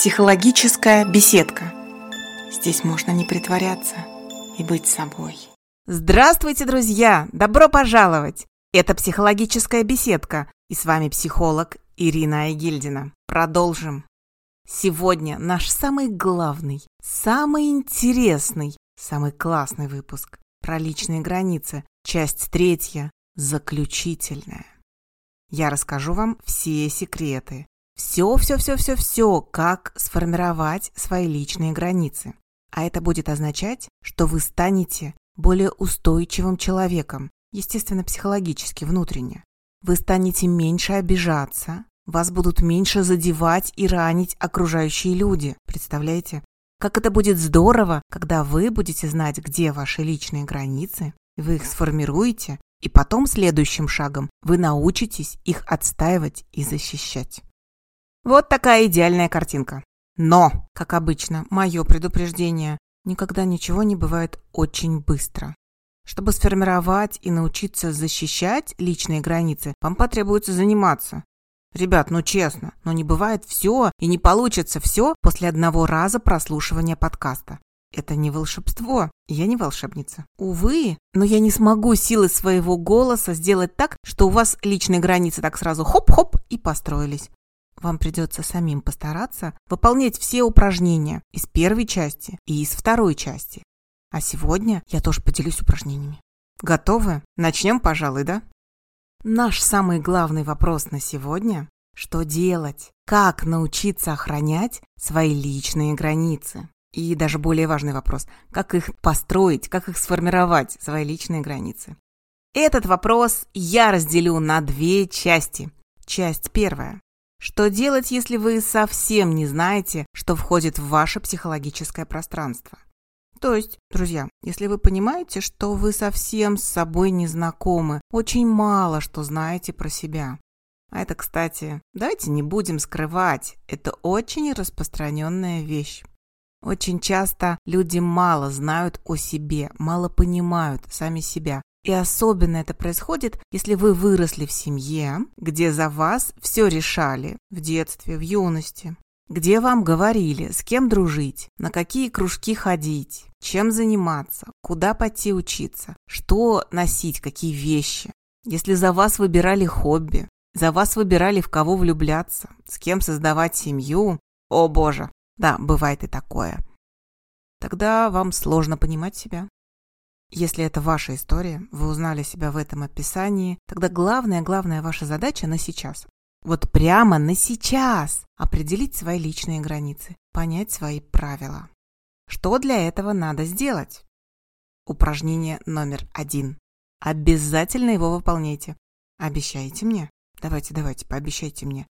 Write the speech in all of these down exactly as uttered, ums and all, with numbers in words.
Психологическая беседка. Здесь можно не притворяться и быть собой. Здравствуйте, друзья! Добро пожаловать! Это «Психологическая беседка», и с вами психолог Ирина Айгельдина. Продолжим. Сегодня наш самый главный, самый интересный, самый классный выпуск про личные границы, часть третья, заключительная. Я расскажу вам все секреты, все-все-все-все-все, как сформировать свои личные границы. А это будет означать, что вы станете более устойчивым человеком, естественно, психологически, внутренне. Вы станете меньше обижаться, вас будут меньше задевать и ранить окружающие люди. Представляете? Как это будет здорово, когда вы будете знать, где ваши личные границы, вы их сформируете, и потом следующим шагом вы научитесь их отстаивать и защищать. Вот такая идеальная картинка. Но, как обычно, мое предупреждение: никогда ничего не бывает очень быстро. Чтобы сформировать и научиться защищать личные границы, вам потребуется заниматься. Ребят, ну честно, но не бывает все и не получится все после одного раза прослушивания подкаста. Это не волшебство, я не волшебница. Увы, но я не смогу силой своего голоса сделать так, что у вас личные границы так сразу хоп-хоп и построились. Вам придется самим постараться выполнять все упражнения из первой части и из второй части. А сегодня я тоже поделюсь упражнениями. Готовы? Начнем, пожалуй, да? Наш самый главный вопрос на сегодня – что делать? Как научиться охранять свои личные границы? И даже более важный вопрос – как их построить, как их сформировать, свои личные границы? Этот вопрос я разделю на две части. Часть первая. Что делать, если вы совсем не знаете, что входит в ваше психологическое пространство? То есть, друзья, если вы понимаете, что вы совсем с собой не знакомы, очень мало что знаете про себя. А это, кстати, давайте не будем скрывать, это очень распространенная вещь. Очень часто люди мало знают о себе, мало понимают сами себя. И особенно это происходит, если вы выросли в семье, где за вас все решали в детстве, в юности, где вам говорили, с кем дружить, на какие кружки ходить, чем заниматься, куда пойти учиться, что носить, какие вещи. Если за вас выбирали хобби, за вас выбирали, в кого влюбляться, с кем создавать семью, о боже, да, бывает и такое, тогда вам сложно понимать себя. Если это ваша история, вы узнали себя в этом описании, тогда главная, главная ваша задача на сейчас. Вот прямо на сейчас определить свои личные границы, понять свои правила. Что для этого надо сделать? Упражнение номер один. Обязательно его выполняйте. Обещайте мне? Давайте, давайте, пообещайте мне.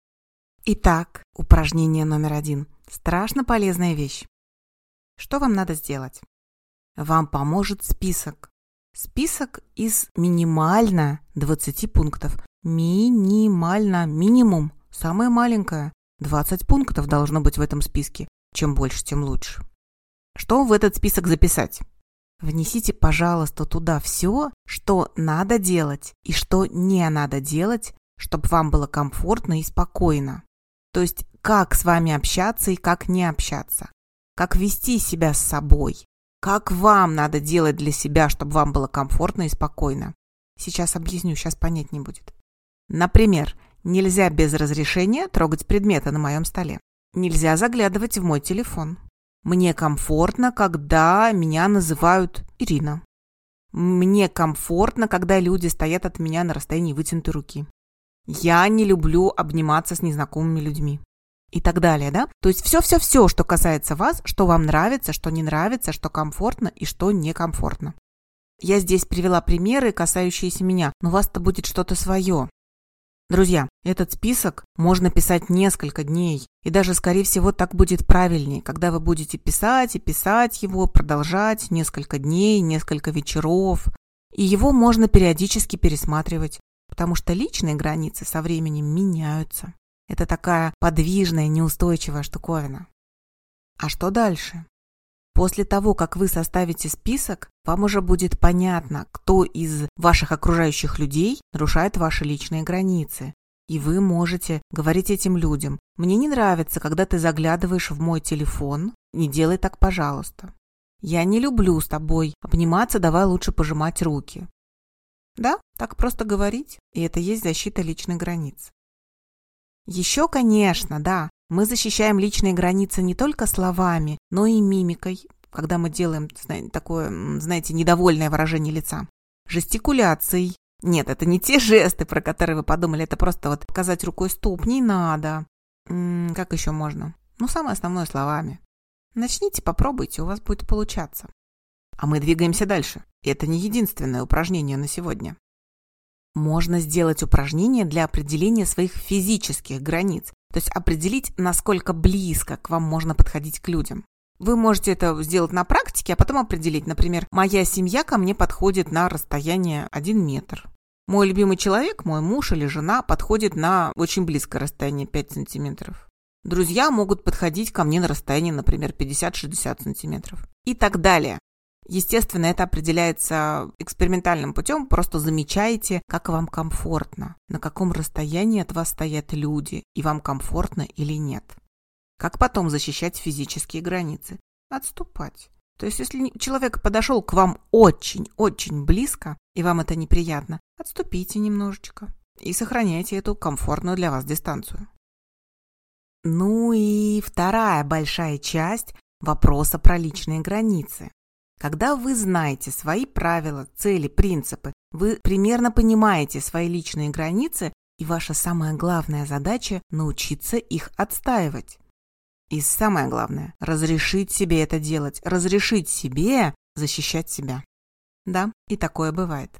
Итак, упражнение номер один. Страшно полезная вещь. Что вам надо сделать? Вам поможет список. Список из минимально двадцати пунктов. Минимально, минимум, самое маленькое. двадцать пунктов должно быть в этом списке. Чем больше, тем лучше. Что в этот список записать? Внесите, пожалуйста, туда все, что надо делать и что не надо делать, чтобы вам было комфортно и спокойно. То есть, как с вами общаться и как не общаться. Как вести себя с собой. Как вам надо делать для себя, чтобы вам было комфортно и спокойно? Сейчас объясню, сейчас понять не будет. Например, нельзя без разрешения трогать предметы на моем столе. Нельзя заглядывать в мой телефон. Мне комфортно, когда меня называют Ирина. Мне комфортно, когда люди стоят от меня на расстоянии вытянутой руки. Я не люблю обниматься с незнакомыми людьми. И так далее, да? То есть все-все-все, что касается вас, что вам нравится, что не нравится, что комфортно и что некомфортно. Я здесь привела примеры, касающиеся меня, но у вас-то будет что-то свое. Друзья, этот список можно писать несколько дней, и даже, скорее всего, так будет правильнее, когда вы будете писать и писать его, продолжать несколько дней, несколько вечеров, и его можно периодически пересматривать, потому что личные границы со временем меняются. Это такая подвижная, неустойчивая штуковина. А что дальше? После того, как вы составите список, вам уже будет понятно, кто из ваших окружающих людей нарушает ваши личные границы. И вы можете говорить этим людям: «Мне не нравится, когда ты заглядываешь в мой телефон, не делай так, пожалуйста. Я не люблю с тобой обниматься, давай лучше пожимать руки». Да, так просто говорить, и это есть защита личных границ. Еще, конечно, да, мы защищаем личные границы не только словами, но и мимикой, когда мы делаем такое, знаете, недовольное выражение лица, жестикуляцией. Нет, это не те жесты, про которые вы подумали, это просто вот показать рукой стоп, не надо. М-м, как еще можно? Ну, самое основное словами. Начните, попробуйте, у вас будет получаться. А мы двигаемся дальше. И это не единственное упражнение на сегодня. Можно сделать упражнение для определения своих физических границ, то есть определить, насколько близко к вам можно подходить к людям. Вы можете это сделать на практике, а потом определить, например, моя семья ко мне подходит на расстояние один метр. Мой любимый человек, мой муж или жена, подходит на очень близкое расстояние пять сантиметров. Друзья могут подходить ко мне на расстояние, например, пятьдесят-шестьдесят сантиметров. И так далее. Естественно, это определяется экспериментальным путем, просто замечаете, как вам комфортно, на каком расстоянии от вас стоят люди, и вам комфортно или нет. Как потом защищать физические границы? Отступать. То есть, если человек подошел к вам очень-очень близко, и вам это неприятно, отступите немножечко и сохраняйте эту комфортную для вас дистанцию. Ну и вторая большая часть вопроса про личные границы. Когда вы знаете свои правила, цели, принципы, вы примерно понимаете свои личные границы, и ваша самая главная задача – научиться их отстаивать. И самое главное – разрешить себе это делать, разрешить себе защищать себя. Да, и такое бывает.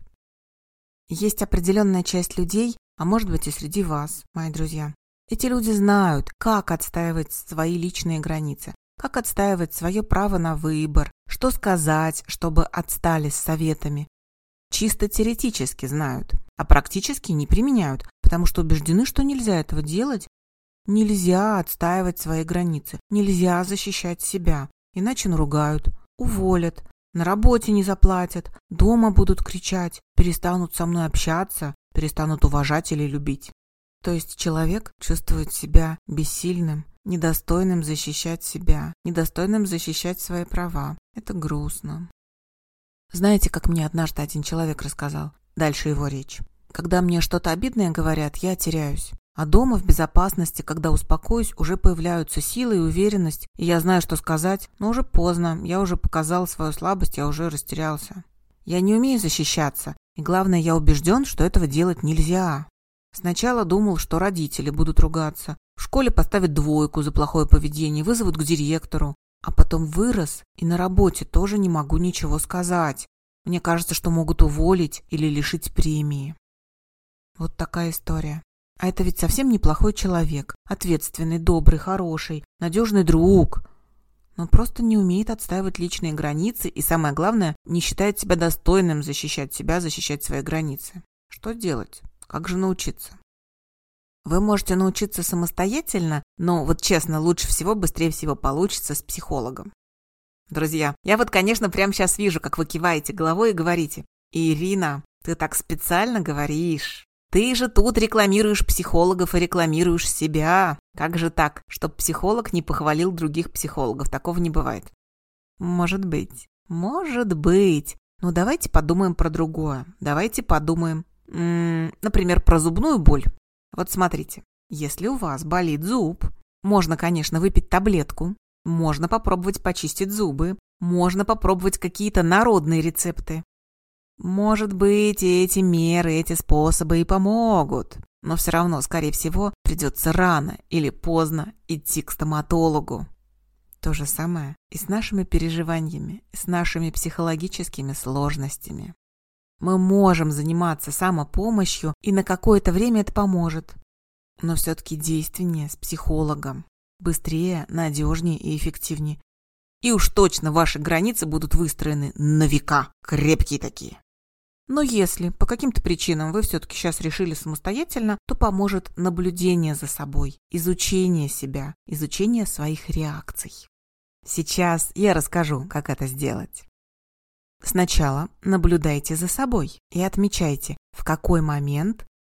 Есть определенная часть людей, а может быть и среди вас, мои друзья. Эти люди знают, как отстаивать свои личные границы, как отстаивать свое право на выбор, что сказать, чтобы отстали с советами. Чисто теоретически знают, а практически не применяют, потому что убеждены, что нельзя этого делать. Нельзя отстаивать свои границы, нельзя защищать себя, иначе наругают, уволят, на работе не заплатят, дома будут кричать, перестанут со мной общаться, перестанут уважать или любить. То есть человек чувствует себя бессильным, недостойным защищать себя, недостойным защищать свои права. Это грустно. Знаете, как мне однажды один человек рассказал? Дальше его речь. Когда мне что-то обидное говорят, я теряюсь. А дома в безопасности, когда успокоюсь, уже появляются силы и уверенность, и я знаю, что сказать, но уже поздно, я уже показал свою слабость, я уже растерялся. Я не умею защищаться, и главное, я убежден, что этого делать нельзя. Сначала думал, что родители будут ругаться, в школе поставят двойку за плохое поведение, вызовут к директору, а потом вырос, и на работе тоже не могу ничего сказать. Мне кажется, что могут уволить или лишить премии. Вот такая история. А это ведь совсем неплохой человек, ответственный, добрый, хороший, надежный друг. Но просто не умеет отстаивать личные границы и, самое главное, не считает себя достойным защищать себя, защищать свои границы. Что делать? Как же научиться? Вы можете научиться самостоятельно, но вот честно, лучше всего, быстрее всего получится с психологом. Друзья, я вот, конечно, прямо сейчас вижу, как вы киваете головой и говорите: «Ирина, ты так специально говоришь. Ты же тут рекламируешь психологов и рекламируешь себя. Как же так, чтоб психолог не похвалил других психологов? Такого не бывает». Может быть, может быть. Но давайте подумаем про другое. Давайте подумаем, м-м, например, про зубную боль. Вот смотрите, если у вас болит зуб, можно, конечно, выпить таблетку, можно попробовать почистить зубы, можно попробовать какие-то народные рецепты. Может быть, эти меры, эти способы и помогут, но все равно, скорее всего, придется рано или поздно идти к стоматологу. То же самое и с нашими переживаниями, и с нашими психологическими сложностями. Мы можем заниматься самопомощью, и на какое-то время это поможет. Но все-таки действеннее с психологом. Быстрее, надежнее и эффективнее. И уж точно ваши границы будут выстроены на века, крепкие такие. Но если по каким-то причинам вы все-таки сейчас решили самостоятельно, то поможет наблюдение за собой, изучение себя, изучение своих реакций. Сейчас я расскажу, как это сделать. Сначала наблюдайте за собой и отмечайте, в какой момент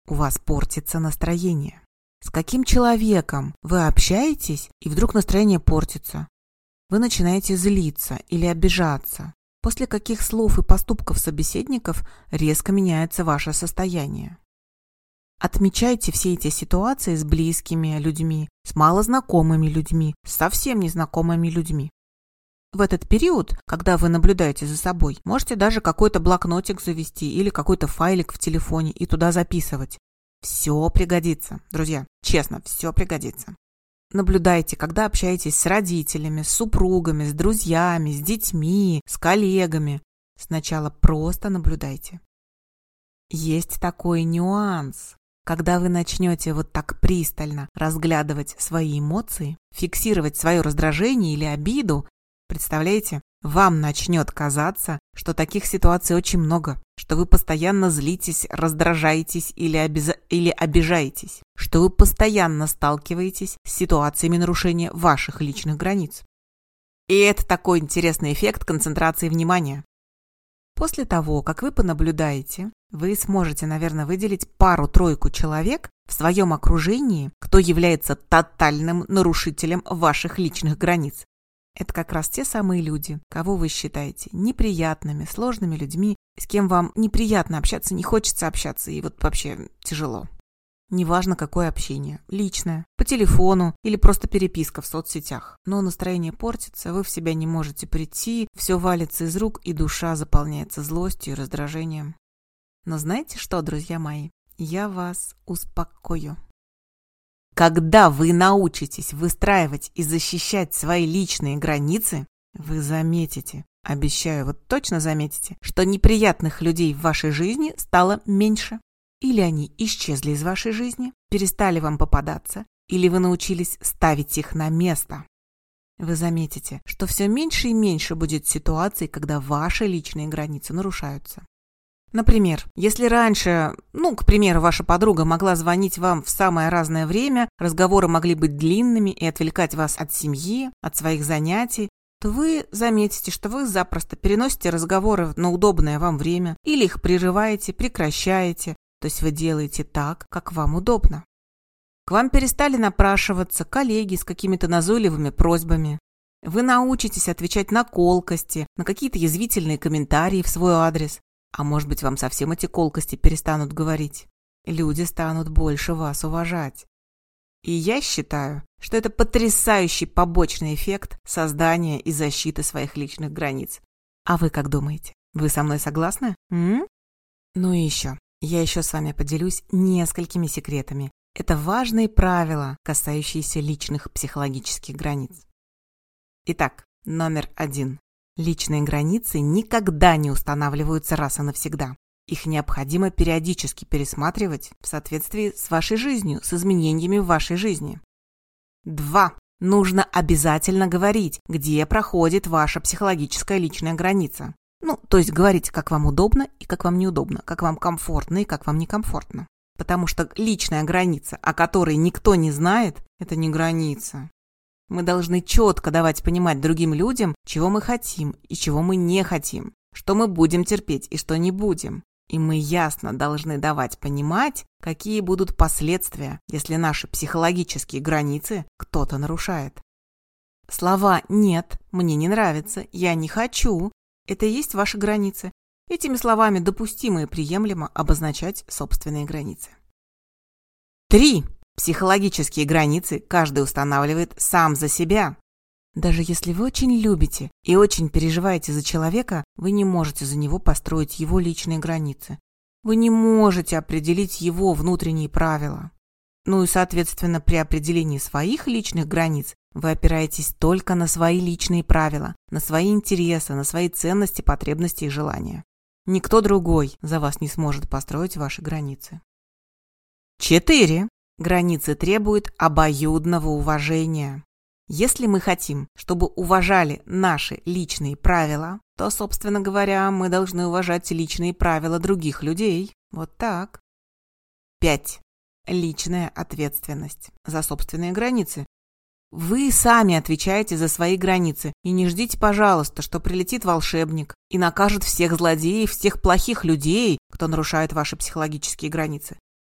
у вас портится настроение? С каким человеком вы общаетесь, и вдруг настроение портится? Вы начинаете злиться или обижаться. После каких слов и поступков собеседников резко меняется ваше состояние? Отмечайте все эти ситуации с близкими людьми, с малознакомыми людьми, с совсем незнакомыми людьми. В этот период, когда вы наблюдаете за собой, можете даже какой-то блокнотик завести или какой-то файлик в телефоне и туда записывать. Все пригодится, друзья, честно, все пригодится. Наблюдайте, когда общаетесь с родителями, с супругами, с друзьями, с детьми, с коллегами. Сначала просто наблюдайте. Есть такой нюанс. Когда вы начнете вот так пристально разглядывать свои эмоции, фиксировать свое раздражение или обиду, представляете, вам начнет казаться, что таких ситуаций очень много, что вы постоянно злитесь, раздражаетесь или, обез... или обижаетесь, что вы постоянно сталкиваетесь с ситуациями нарушения ваших личных границ. И это такой интересный эффект концентрации внимания. После того, как вы понаблюдаете, вы сможете, наверное, выделить пару-тройку человек в своем окружении, кто является тотальным нарушителем ваших личных границ. Это как раз те самые люди, кого вы считаете неприятными, сложными людьми, с кем вам неприятно общаться, не хочется общаться и вот вообще тяжело. Неважно, какое общение, личное, по телефону или просто переписка в соцсетях. Но настроение портится, вы в себя не можете прийти, все валится из рук, и душа заполняется злостью и раздражением. Но знаете что, друзья мои, я вас успокою. Когда вы научитесь выстраивать и защищать свои личные границы, вы заметите, обещаю, вот точно заметите, что неприятных людей в вашей жизни стало меньше. Или они исчезли из вашей жизни, перестали вам попадаться, или вы научились ставить их на место. Вы заметите, что все меньше и меньше будет ситуаций, когда ваши личные границы нарушаются. Например, если раньше, ну, к примеру, ваша подруга могла звонить вам в самое разное время, разговоры могли быть длинными и отвлекать вас от семьи, от своих занятий, то вы заметите, что вы запросто переносите разговоры на удобное вам время или их прерываете, прекращаете. То есть вы делаете так, как вам удобно. К вам перестали напрашиваться коллеги с какими-то назойливыми просьбами. Вы научитесь отвечать на колкости, на какие-то язвительные комментарии в свой адрес. А может быть, вам совсем эти колкости перестанут говорить. Люди станут больше вас уважать. И я считаю, что это потрясающий побочный эффект создания и защиты своих личных границ. А вы как думаете? Вы со мной согласны? М? Ну и еще. Я еще с вами поделюсь несколькими секретами. Это важные правила, касающиеся личных психологических границ. Итак, номер один. Личные границы никогда не устанавливаются раз и навсегда. Их необходимо периодически пересматривать в соответствии с вашей жизнью, с изменениями в вашей жизни. Два. Нужно обязательно говорить, где проходит ваша психологическая личная граница. Ну, то есть говорите, как вам удобно и как вам неудобно, как вам комфортно и как вам некомфортно. Потому что личная граница, о которой никто не знает, это не граница. Мы должны четко давать понимать другим людям, чего мы хотим и чего мы не хотим, что мы будем терпеть и что не будем. И мы ясно должны давать понимать, какие будут последствия, если наши психологические границы кто-то нарушает. Слова «нет», «мне не нравится», «я не хочу» — это и есть ваши границы. Этими словами допустимо и приемлемо обозначать собственные границы. Три. Психологические границы каждый устанавливает сам за себя. Даже если вы очень любите и очень переживаете за человека, вы не можете за него построить его личные границы. Вы не можете определить его внутренние правила. Ну и, соответственно, при определении своих личных границ вы опираетесь только на свои личные правила, на свои интересы, на свои ценности, потребности и желания. Никто другой за вас не сможет построить ваши границы. Четыре. Границы требуют обоюдного уважения. Если мы хотим, чтобы уважали наши личные правила, то, собственно говоря, мы должны уважать личные правила других людей. Вот так. Пять. Личная ответственность за собственные границы. Вы сами отвечаете за свои границы, и не ждите, пожалуйста, что прилетит волшебник и накажет всех злодеев, всех плохих людей, кто нарушает ваши психологические границы.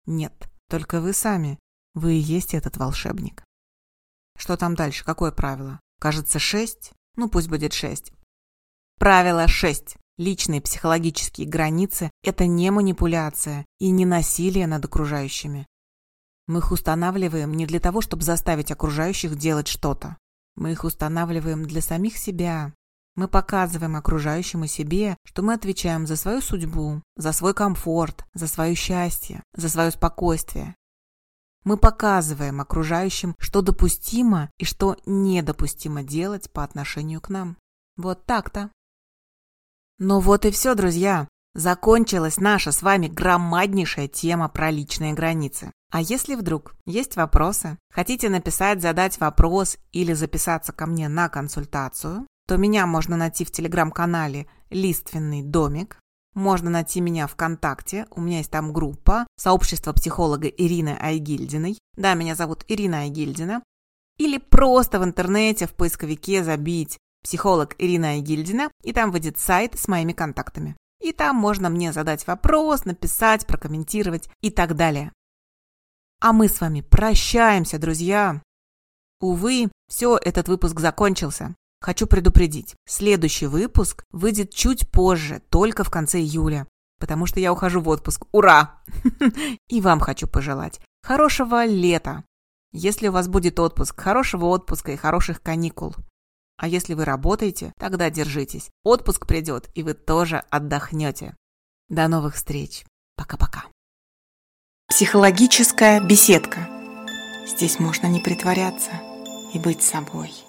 Нет, только вы сами. Вы и есть этот волшебник. Что там дальше? Какое правило? Кажется, шесть? Ну, пусть будет шесть. Правило шесть. Личные психологические границы – это не манипуляция и не насилие над окружающими. Мы их устанавливаем не для того, чтобы заставить окружающих делать что-то. Мы их устанавливаем для самих себя. Мы показываем окружающим и себе, что мы отвечаем за свою судьбу, за свой комфорт, за свое счастье, за свое спокойствие. Мы показываем окружающим, что допустимо и что недопустимо делать по отношению к нам. Вот так-то. Ну вот и все, друзья. Закончилась наша с вами громаднейшая тема про личные границы. А если вдруг есть вопросы, хотите написать, задать вопрос или записаться ко мне на консультацию, то меня можно найти в телеграм-канале «Лиственный домик». Можно найти меня ВКонтакте, у меня есть там группа «Сообщество психолога Ирины Айгильдиной». Да, меня зовут Ирина Айгильдина. Или просто в интернете в поисковике забить «Психолог Ирина Айгильдина», и там выйдет сайт с моими контактами. И там можно мне задать вопрос, написать, прокомментировать и так далее. А мы с вами прощаемся, друзья. Увы, все, этот выпуск закончился. Хочу предупредить, следующий выпуск выйдет чуть позже, только в конце июля, потому что я ухожу в отпуск. Ура! И вам хочу пожелать хорошего лета. Если у вас будет отпуск, хорошего отпуска и хороших каникул. А если вы работаете, тогда держитесь. Отпуск придет, и вы тоже отдохнете. До новых встреч. Пока-пока. Психологическая беседка. Здесь можно не притворяться и быть собой.